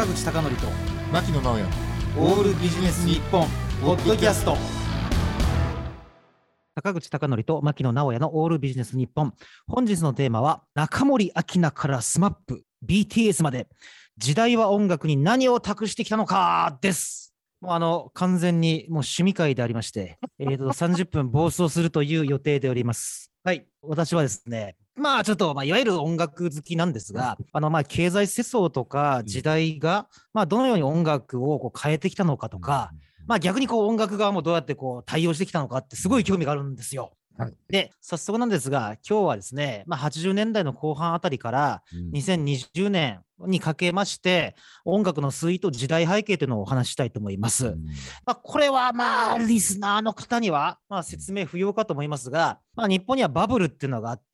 坂口孝則と牧野直哉オールビジネス日本ポッドキャスト。坂口孝則と牧野直哉のオールビジネス日本。本日のテーマは中森明菜からスマップ BTS まで時代は音楽に何を託してきたのかです。もう完全にもう趣味会でありまして30分暴走するという予定でおります。はい、私はですね、ちょっと、いわゆる音楽好きなんですが、経済世相とか時代が、どのように音楽を変えてきたのかとか、逆に音楽側もどうやって対応してきたのかってすごい興味があるんですよ。はい、で、早速なんですが、今日はですね、80年代の後半あたりから2020年にかけまして、音楽の推移と時代背景というのをお話ししたいと思います。これはリスナーの方には説明不要かと思いますが、日本にはバブルっていうのがあって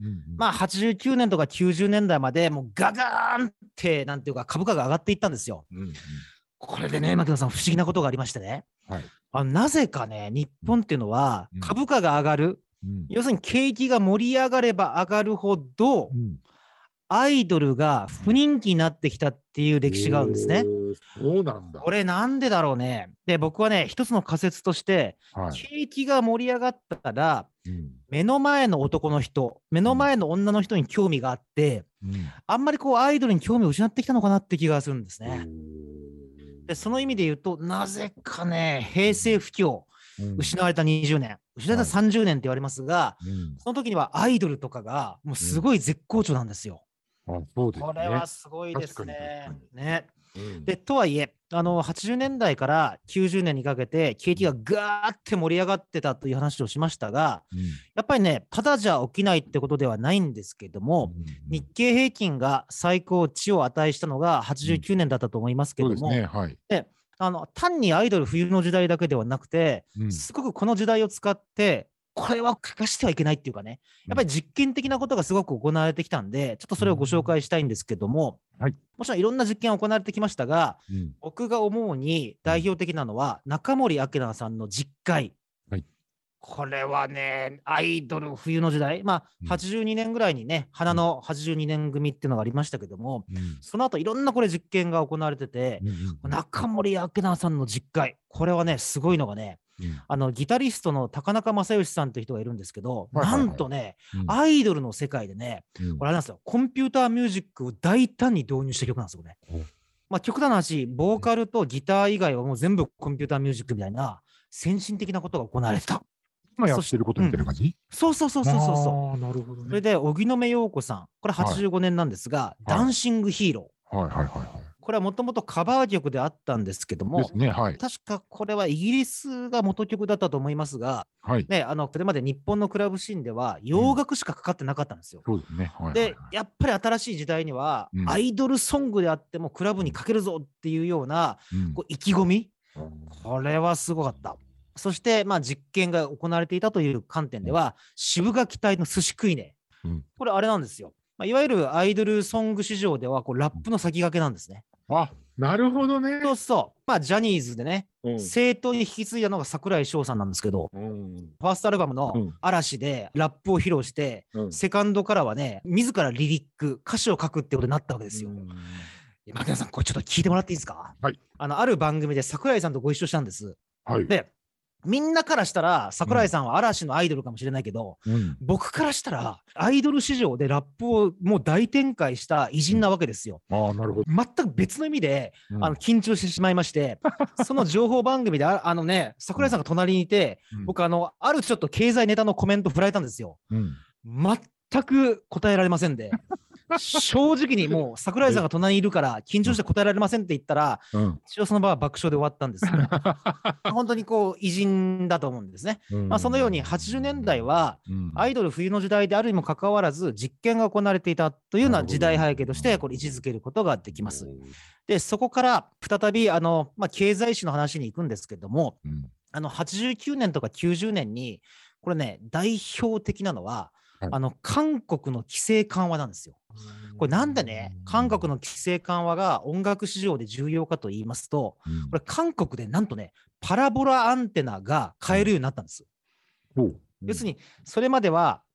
、89年とか90年代までもうガガーンってなんていうか株価が上がっていったんですよ。これでね、牧野さん、不思議なことがありましてね、なぜかね、日本っていうのは株価が上がる、要するに景気が盛り上がれば上がるほど、アイドルが不人気になってきたっていう歴史があるんですね。 そうなんだ。 これなんでだろうね。で、僕はね、一つの仮説として、景気が盛り上がったら、目の前の男の人、目の前の女の人に興味があって、あんまりアイドルに興味を失ってきたのかなって気がするんですね。で、その意味で言うと、なぜかね、平成不況、失われた20年、失われた30年って言われますが、その時にはアイドルとかがもうすごい絶好調なんですよ。 そうですね、 これはすごいですね。で、とはいえ、80年代から90年にかけて景気がガーって盛り上がってたという話をしましたが、やっぱりね、ただじゃ起きないってことではないんですけども、日経平均が最高値を値したのが89年だったと思いますけども、で単にアイドル冬の時代だけではなくて、すごくこの時代を使ってこれは欠かしてはいけないっていうかね、やっぱり実験的なことがすごく行われてきたんで、ちょっとそれをご紹介したいんですけども、もちろんいろんな実験が行われてきましたが、僕が思うに代表的なのは中森明菜さんの実会。これはね、アイドル冬の時代、82年ぐらいにね、花の82年組っていうのがありましたけども、その後いろんなこれ実験が行われてて、中森明菜さんの実会、これはね、すごいのがね、ギタリストの高中正義さんという人がいるんですけど、なんとね、アイドルの世界でね、これあれなんですよ、コンピューターミュージックを大胆に導入した曲なんですよね。極端な話、ボーカルとギター以外はもう全部コンピューターミュージックみたいな先進的なことが行われてた。 今やってることみたいな感じ？ そう。 なるほどね。 それで荻野目洋子さん、これ85年なんですが、ダンシングヒーロー。これはもともとカバー曲であったんですけども、確かこれはイギリスが元曲だったと思いますが、これまで日本のクラブシーンでは洋楽しかかかってなかったんですよ。で、やっぱり新しい時代にはアイドルソングであってもクラブにかけるぞっていうような意気込み、これはすごかった。そして実験が行われていたという観点では、渋垣隊の寿司食いね、これあれなんですよ。いわゆるアイドルソング市場ではラップの先駆けなんですね。 なるほどね。 そう。ジャニーズでね、正統に引き継いだのが櫻井翔さんなんですけど、ファーストアルバムの嵐でラップを披露して、セカンドからはね、自らリリック、歌詞を書くってことになったわけですよ。牧野さん、これちょっと聞いてもらっていいですか？ある番組で櫻井さんとご一緒したんです。で、みんなからしたら櫻井さんは嵐のアイドルかもしれないけど、僕からしたらアイドル市場でラップをもう大展開した偉人なわけですよ。全く別の意味で緊張してしまいまして、その情報番組で櫻井さんが隣にいて、僕あるちょっと経済ネタのコメント振られたんですよ。全く答えられませんで正直にもう櫻井さんが隣にいるから緊張して答えられませんって言ったら、一応その場は爆笑で終わったんですよ。本当に偉人だと思うんですね。そのように80年代はアイドル冬の時代であるにもかかわらず実験が行われていたというような時代背景としてこれ位置づけることができます。で、そこから再び経済史の話に行くんですけども、89年とか90年にこれね、代表的なのは韓国の規制緩和なんですよ。これなんでね、韓国の規制緩和が音楽市場で重要かと言いますと、これ韓国でなんとね、パラボラアンテナが買えるようになったんです。要するにそれまでは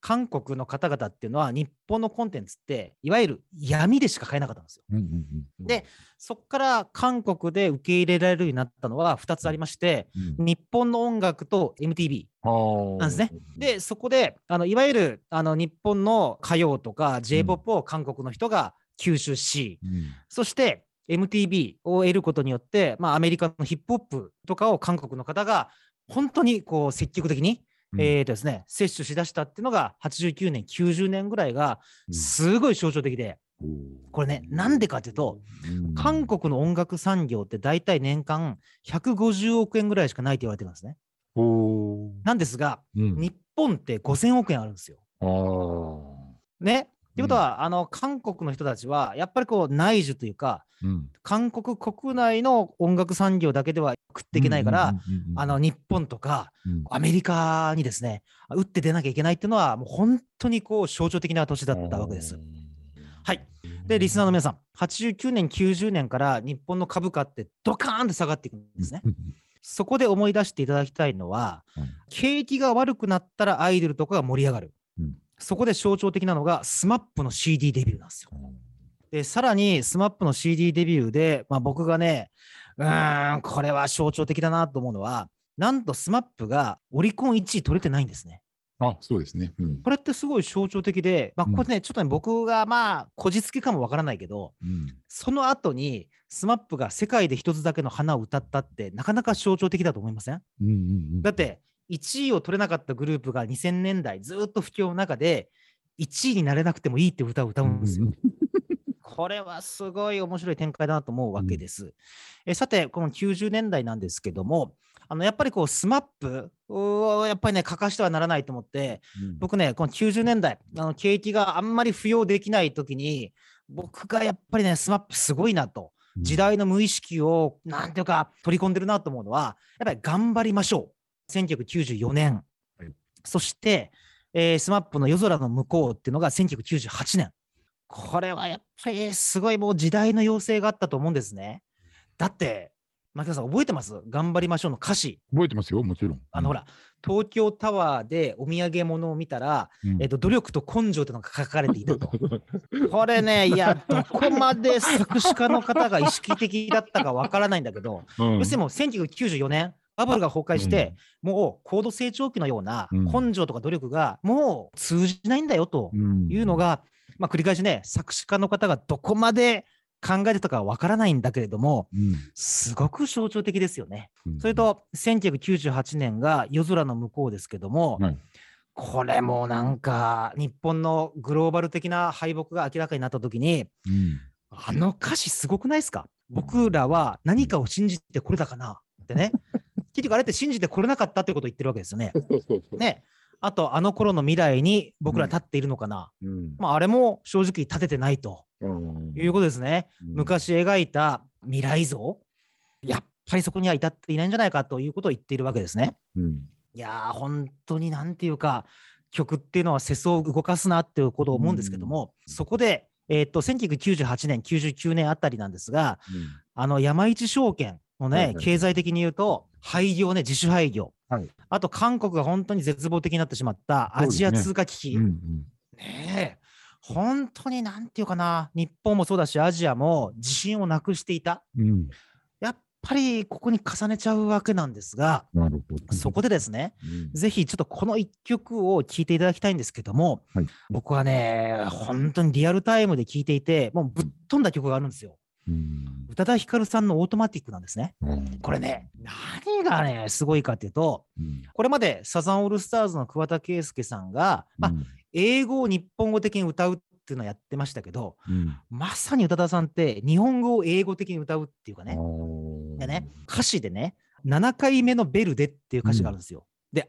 韓国の方々っていうのは日本のコンテンツっていわゆる闇でしか買えなかったんですよ。でそこから韓国で受け入れられるようになったのは2つありまして、日本の音楽と MTV なんですね。でそこでいわゆる日本の歌謡とか J-POP を韓国の人が吸収し、そして MTV を得ることによって、アメリカのヒップホップとかを韓国の方が本当にこう積極的にですね、摂取しだしたっていうのが89年90年ぐらいがすごい象徴的で、これねなんでかっていうと、韓国の音楽産業って大体年間150億円ぐらいしかないと言われてるんですね。なんですが、日本って5000億円あるんですよ。ね。っていうことは、韓国の人たちはやっぱりこう内需というか、韓国国内の音楽産業だけでは食っていけないから、日本とかアメリカにですね打って出なきゃいけないっていうのはもう本当にこう象徴的な年だったわけです。はい。でリスナーの皆さん、89年90年から日本の株価ってドカーンって下がっていくんですね。そこで思い出していただきたいのは、景気が悪くなったらアイドルとかが盛り上がる。そこで象徴的なのが SMAP の CD デビューなんですよ。でさらに SMAP の CD デビューで、僕がねこれは象徴的だなと思うのは、なんと SMAP がオリコン1位取れてないんですね。 そうですね。 これってすごい象徴的で、これねちょっとね僕がこじつけかもわからないけど、その後に SMAP が世界で一つだけの花を歌ったってなかなか象徴的だと思いません？だって1位を取れなかったグループが2000年代ずっと不況の中で1位になれなくてもいいって歌を歌うんですよ。これはすごい面白い展開だなと思うわけです。さてこの90年代なんですけども、やっぱりこう SMAP をやっぱりね欠かしてはならないと思って、僕ねこの90年代景気があんまり浮揚できない時に、僕がやっぱりね SMAP すごいなと、時代の無意識をなんていうか取り込んでるなと思うのは、やっぱり頑張りましょう。1994年、そして、SMAP の夜空の向こうっていうのが1998年。これはやっぱりすごいもう時代の要請があったと思うんですね。だって牧田さん覚えてます？頑張りましょうの歌詞。 覚えてますよ、もちろん。 ほら東京タワーでお土産物を見たら、努力と根性というのが書かれていたと。これね、いやどこまで作詞家の方が意識的だったかわからないんだけど、要するにもう1994年バブルが崩壊して、もう高度成長期のような根性とか努力がもう通じないんだよというのが、繰り返しね作詞家の方がどこまで考えてたかわからないんだけれども、すごく象徴的ですよね。それと1998年が夜空の向こうですけども、これもなんか日本のグローバル的な敗北が明らかになった時に、歌詞すごくないですか？僕らは何かを信じてこれたかなってね。結局あれって信じてこれなかったってことを言ってるわけですよね。ね。あとあの頃の未来に僕ら立っているのかな。あれも正直立ててないということですね。昔描いた未来像、やっぱりそこには至っていないんじゃないかということを言っているわけですね。いやー本当になんていうか曲っていうのは世相を動かすなっていうことを思うんですけども、そこで1998年99年あたりなんですが、山一証券のね、経済的に言うと廃業ね、自主廃業、あと韓国が本当に絶望的になってしまったアジア通貨危機、ねえ本当になんていうかな、日本もそうだしアジアも自信をなくしていた、やっぱりここに重ねちゃうわけなんですが、そこでですね、ぜひちょっとこの一曲を聴いていただきたいんですけども、僕はね本当にリアルタイムで聴いていてもうぶっ飛んだ曲があるんですよ。宇多田ヒカルさんのオートマティックなんですね。これね何がねすごいかっていうと、これまでサザンオールスターズの桑田佳祐さんが、英語を日本語的に歌うっていうのをやってましたけど、まさに宇多田さんって日本語を英語的に歌うっていうかね。でね、歌詞でね7回目のベルでっていう歌詞があるんですよ。で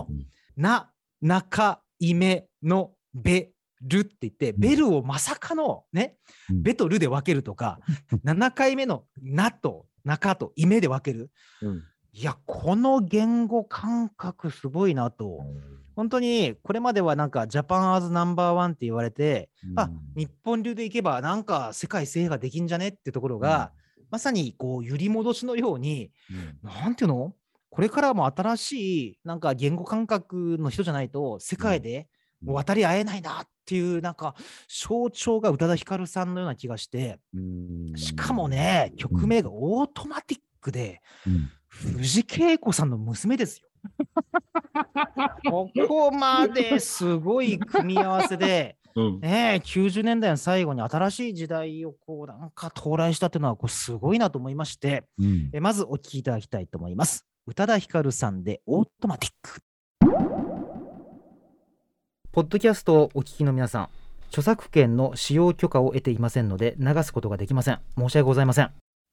中目のベルって言って、ベルをまさかのね、ベとルで分けるとか、7回目のなと中とイメで分ける、いやこの言語感覚すごいなと。本当にこれまではなんかジャパンアズナンバーワンって言われて、日本流でいけばなんか世界制覇ができんじゃねっていうところが、まさにこう揺り戻しのように、なんていうの、これからも新しいなんか言語感覚の人じゃないと世界で渡り合えないなっていうなんか象徴が宇多田ヒカルさんのような気がして、しかもね、曲名がオートマティックで、藤圭子さんの娘ですよ。ここまですごい組み合わせで、90年代の最後に新しい時代をこうなんか到来したっていうのはこうすごいなと思いまして、まずお聴きいただきたいと思います。宇多田ヒカルさんでオートマティック。ポッドキャストをお聞きの皆さん、著作権の使用許可を得ていませんので流すことができません。申し訳ございません。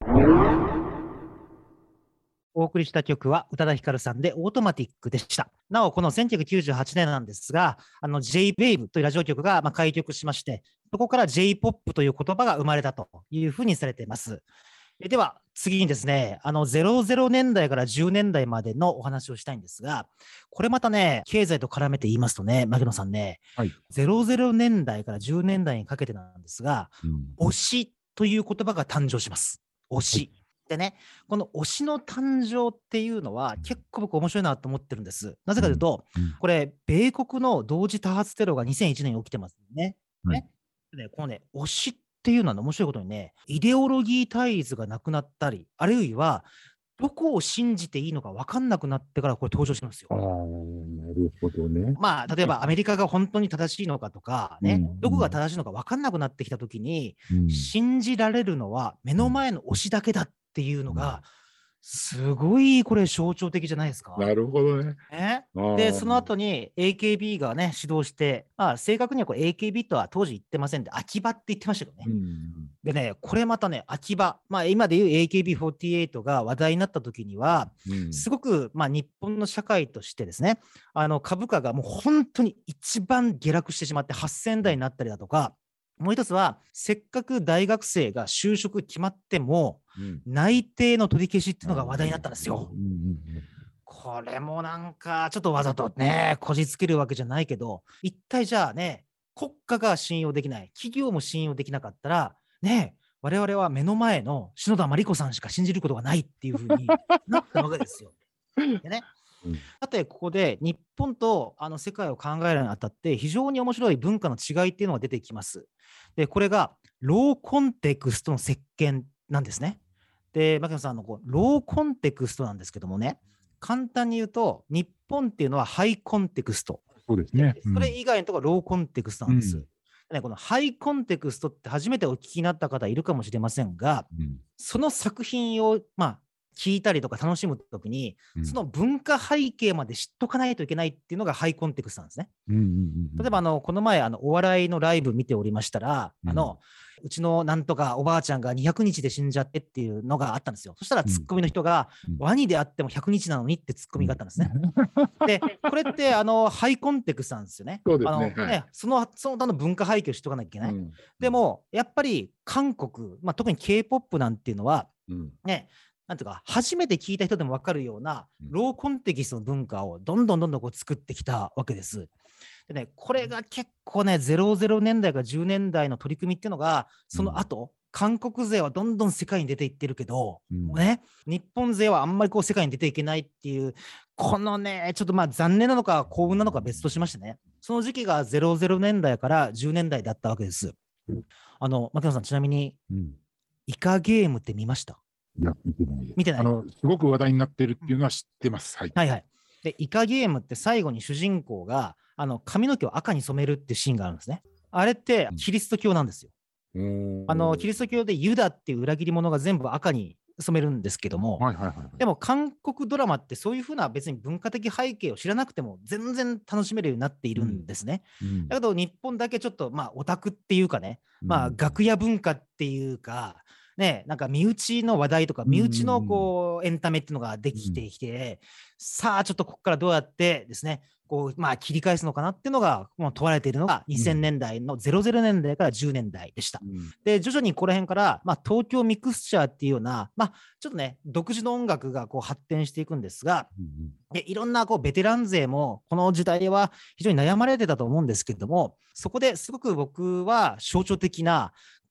お送りした曲は宇多田ヒカルさんでオートマティックでした。なお、この1998年なんですが、J-Wave というラジオ局が開局しまして、そこから J-POP という言葉が生まれたというふうにされています。では、次にですね、00年代から10年代までのお話をしたいんですが、これまたね、経済と絡めて言いますとね、牧野さんね、00年代から10年代にかけてなんですが、推しという言葉が誕生します。推し。でね、この推しの誕生っていうのは結構僕面白いなと思ってるんです。なぜかというと、これ、米国の同時多発テロが2001年に起きてますね。でこのね、推しっていうのは面白いことにね、イデオロギー対立がなくなったり、あるいは、どこを信じていいのか分かんなくなってからこれ登場しますよ。 なるほどね。 例えばアメリカが本当に正しいのかとかね、どこが正しいのか分かんなくなってきたときに、信じられるのは目の前の推しだけだっていうのが、すごいこれ象徴的じゃないですか。 なるほどね。 で、その後に AKB がね、指導して、正確にはこれ AKB とは当時言ってませんで、秋葉って言ってましたけどね。でね、これまたね、秋葉、今でいう AKB48 が話題になった時には、すごく日本の社会としてですね、株価がもう本当に一番下落してしまって8000台になったりだとか、もう一つは、せっかく大学生が就職決まっても、内定の取り消しっていうのが話題になったんですよ。これもなんか、ちょっとわざとね、こじつけるわけじゃないけど、一体じゃあね、国家が信用できない、企業も信用できなかったら、ね、我々は目の前の篠田麻里子さんしか信じることがないっていうふうになったわけですよ。でね。さて、ここで日本と世界を考えるにあたって非常に面白い文化の違いっていうのが出てきます。で、これがローコンテクストの席巻なんですね。で、牧野さんのローコンテクストなんですけどもね、簡単に言うと、日本っていうのはハイコンテクスト。 そうですね。 それ以外のところはローコンテクストなんです。このハイコンテクストって初めてお聞きになった方いるかもしれませんが、その作品を聞いたりとか楽しむときに、その文化背景まで知っとかないといけないっていうのがハイコンテクストなんですね。例えばこの前お笑いのライブ見ておりましたら、うちのなんとかおばあちゃんが200日で死んじゃってっていうのがあったんですよ。そしたらツッコミの人が、ワニであっても100日なのにってツッコミがあったんですね。で、これってハイコンテクストなんですよね。その他の文化背景を知っとかなきゃいけない。でも、やっぱり韓国、特に K-POP なんていうのは、ね、なんていうか、初めて聞いた人でも分かるようなローコンテキストの文化をどんどんこう作ってきたわけです。でね、これが結構ね、00年代から10年代の取り組みっていうのが、その後、韓国勢はどんどん世界に出ていってるけど、日本勢はあんまりこう世界に出ていけないっていう、このね、ちょっと残念なのか幸運なのか別としましてね、その時期が00年代から10年代だったわけです。牧野さん、ちなみに、イカゲームって見ました？ いや、見てない。 見てない。 すごく話題になってるっていうのは知ってます。 で、イカゲームって最後に主人公が髪の毛を赤に染めるってシーンがあるんですね。あれってキリスト教なんですよ。キリスト教でユダっていう裏切り者が全部赤に染めるんですけども、でも韓国ドラマってそういうふうな別に文化的背景を知らなくても全然楽しめるようになっているんですね。だけど日本だけちょっとオタクっていうかね、楽屋文化っていうか、ね、なんか身内の話題とか身内のこうエンタメっていうのができてきて、さあちょっとここからどうやってですね、こう切り返すのかなっていうのがもう問われているのが2000年代の00年代から10年代でした。で徐々にこの辺から東京ミクスチャーっていうようなちょっとね独自の音楽がこう発展していくんですが、でいろんなこうベテラン勢もこの時代は非常に悩まれてたと思うんですけれども、そこですごく僕は象徴的な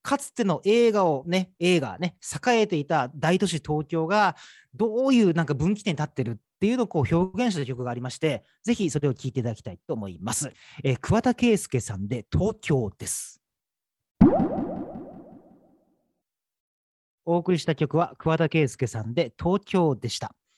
かつての映画ね、栄えていた大都市東京がどういうなんか分岐点に立ってるっていうのをこう表現した曲がありまして、ぜひそれを聴いていただきたいと思います。桑田佳祐さんで東京です。お送りした曲は桑田佳祐さんで東京でした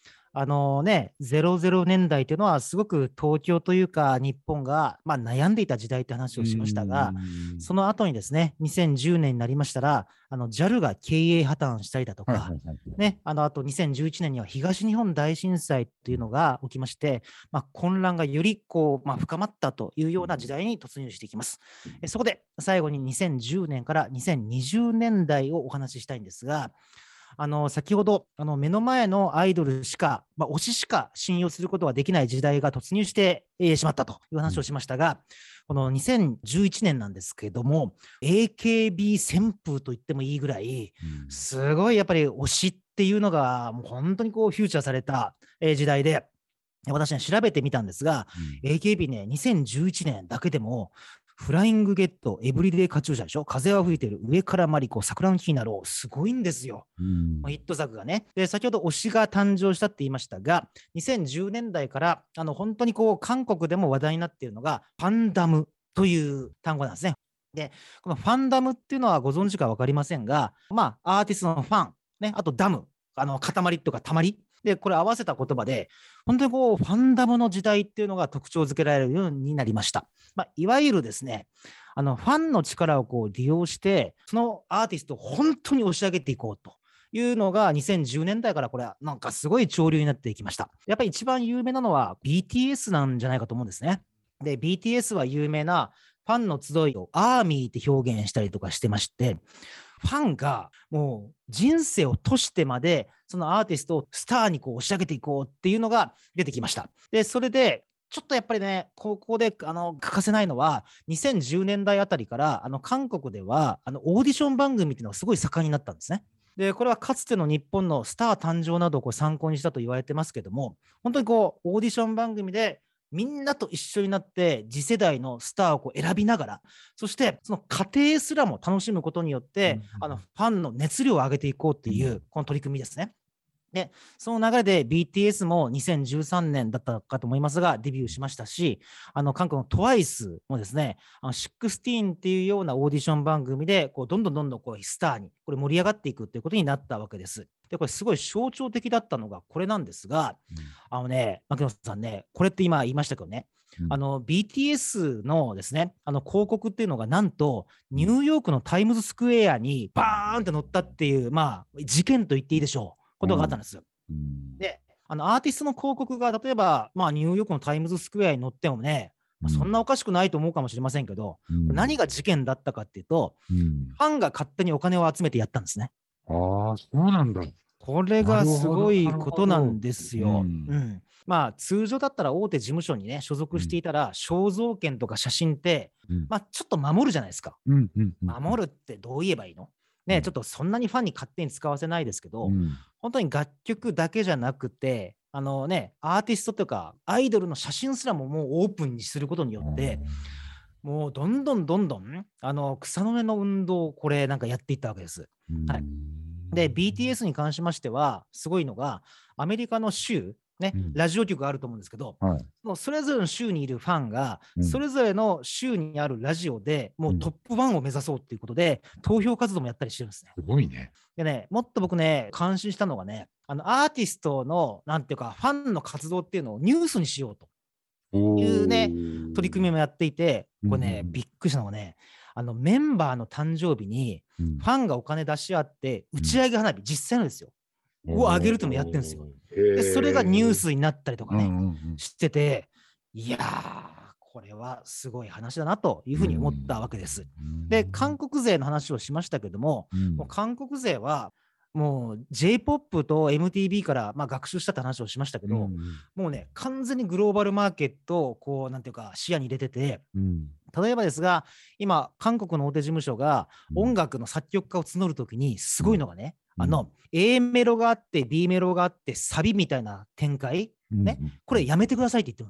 。00年代というのはすごく東京というか日本が、悩んでいた時代って話をしましたが、その後にですね、2010年になりましたら、JAL が経営破綻したりだとか、あと2011年には東日本大震災というのが起きまして、混乱がより深まったというような時代に突入していきます。そこで最後に2010年から2020年代をお話ししたいんですが、先ほど目の前のアイドルしか、推ししか信用することができない時代が突入してしまったという話をしましたが、この2011年なんですけども、AKB 旋風と言ってもいいぐらい、すごいやっぱり推しっていうのがもう本当にこうフューチャーされた時代で、私ね調べてみたんですが、AKB ね2011年だけでもフライングゲット、エブリデイカチューシャでしょ、風は吹いてる、上からマリコ、桜の木になろう、すごいんですよ。ヒット作がね。で、先ほど推しが誕生したって言いましたが、2010年代から本当にこう韓国でも話題になっているのが、ファンダムという単語なんですね。で、このファンダムっていうのはご存知か分かりませんが、アーティストのファン、ね、あとダム、塊とかたまり。で、これ合わせた言葉で、本当にこう、ファンダムの時代っていうのが特徴づけられるようになりました。いわゆるですね、ファンの力をこう利用して、そのアーティストを本当に押し上げていこうというのが2010年代からこれはなんかすごい潮流になっていきました。やっぱり一番有名なのは BTS なんじゃないかと思うんですね。で、BTS は有名なファンの集いをアーミーって表現したりとかしてまして、ファンがもう人生を賭してまでそのアーティストをスターにこう押し上げていこうっていうのが出てきました。で、それでちょっとやっぱりね、ここで欠かせないのは、2010年代あたりから韓国ではオーディション番組っていうのがすごい盛んになったんですね。で、これはかつての日本のスター誕生などをこう参考にしたと言われてますけども、本当にこうオーディション番組でみんなと一緒になって次世代のスターをこう選びながら、そしてその過程すらも楽しむことによって、ファンの熱量を上げていこうっていうこの取り組みですね。で、その流れで BTS も2013年だったかと思いますがデビューしましたし、韓国の TWICE もですね、16っていうようなオーディション番組でこうどんどんこうスターにこれ盛り上がっていくっていうことになったわけです。で、これすごい象徴的だったのがこれなんですが、牧野さんね、これって今言いましたけどね、BTS のですね、広告っていうのがなんとニューヨークのタイムズスクエアにバーンって載ったっていう、事件と言っていいでしょう。ことがあったんです。で、アーティストの広告が例えば、ニューヨークのタイムズスクエアに載ってもね、そんなおかしくないと思うかもしれませんけど、何が事件だったかっていうと、ファンが勝手にお金を集めてやったんですね。 ああ、そうなんだ。 これがすごいことなんですよ。通常だったら大手事務所にね、所属していたら、肖像権とか写真って、ちょっと守るじゃないですか。守るってどう言えばいいのね、ちょっとそんなにファンに勝手に使わせないですけど、本当に楽曲だけじゃなくて、アーティストとかアイドルの写真すらももうオープンにすることによって、もうどんどん草の根の運動をこれなんかやっていったわけです。はい。で、BTS に関しましては、すごいのが、アメリカの州、ラジオ局があると思うんですけど、それぞれの州にいるファンが、それぞれの州にあるラジオでもうトップ1を目指そうっていうことで、投票活動もやったりしてるんですね。 すごいね。 でね、もっと僕ね、感心したのがね、アーティストの、なんていうか、ファンの活動っていうのをニュースにしようというね、取り組みもやっていて、これね、びっくりしたのがね、メンバーの誕生日に、ファンがお金出し合って、打ち上げ花火、実際のですよ。を上げるともやってるんですよ。で、それがニュースになったりとかね、してて、いやー、これはすごい話だなというふうに思ったわけです。で、韓国勢の話をしましたけども、もう韓国勢は、もう J-POP と MTV から学習したって話をしましたけど、もうね、完全にグローバルマーケットをこう、なんていうか、視野に入れてて、例えばですが、今、韓国の大手事務所が音楽の作曲家を募るときに、すごいのがね、A メロがあって B メロがあってサビみたいな展開、ね、これやめてくださいって言ってるんですよ。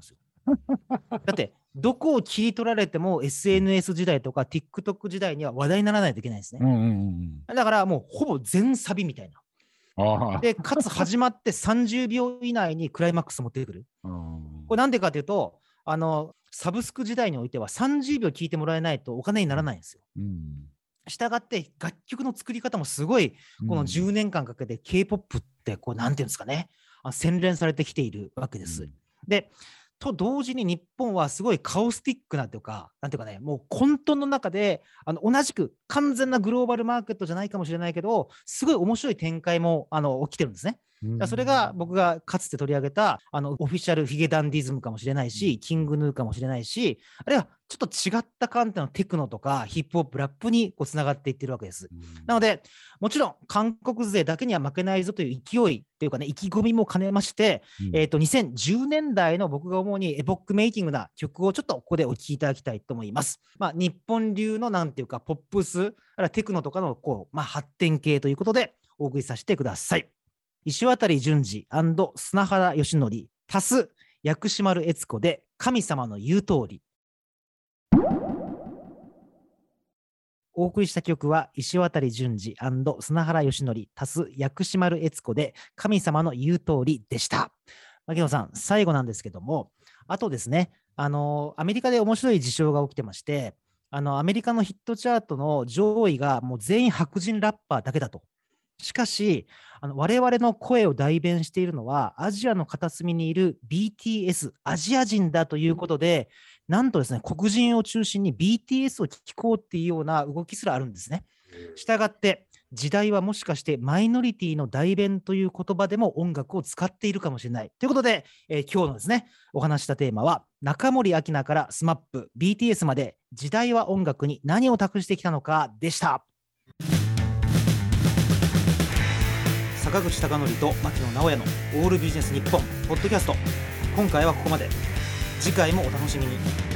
だってどこを切り取られても SNS 時代とか TikTok 時代には話題にならないといけないんですね。だからもうほぼ全サビみたいな。でかつ始まって30秒以内にクライマックス持ってくる。これなんでかというとサブスク時代においては30秒聞いてもらえないとお金にならないんですよ。したがって楽曲の作り方もすごいこの10年間かけて K-POP ってこうなんていうんですかね、洗練されてきているわけです。でと同時に日本はすごいカオスティックなというか、なんていうかね、もう混沌の中で同じく完全なグローバルマーケットじゃないかもしれないけど、すごい面白い展開も起きてるんですね。それが僕がかつて取り上げたオフィシャルヒゲダンディズムかもしれないし、キングヌーかもしれないし、あるいはちょっと違った観点のテクノとかヒップホップラップにこうつながっていってるわけです。なのでもちろん韓国勢だけには負けないぞという勢いというかね、意気込みも兼ねまして、2010年代の僕が思うにエポックメイキングな曲をちょっとここでお聴きいただきたいと思います。日本流のなんていうかポップス、あるいはテクノとかのこう、発展系ということでお送りさせてください。石渡淳二&砂原義則足す薬師丸悦子で神様の言う通り。お送りした曲は石渡淳二&砂原義則足す薬師丸悦子で神様の言う通りでした。牧野さん、最後なんですけども、あとですね、アメリカで面白い事象が起きてまして、アメリカのヒットチャートの上位がもう全員白人ラッパーだけだと。しかし我々の声を代弁しているのはアジアの片隅にいる BTS アジア人だということで、なんとですね、黒人を中心に BTS を聴こうっていうような動きすらあるんですね。したがって時代はもしかしてマイノリティの代弁という言葉でも音楽を使っているかもしれないということで、今日のですねお話したテーマは中森明菜から SMAP、BTS まで時代は音楽に何を託してきたのかでした。坂口孝則と牧野直哉のオールビジネス日本ポッドキャスト、今回はここまで。次回もお楽しみに。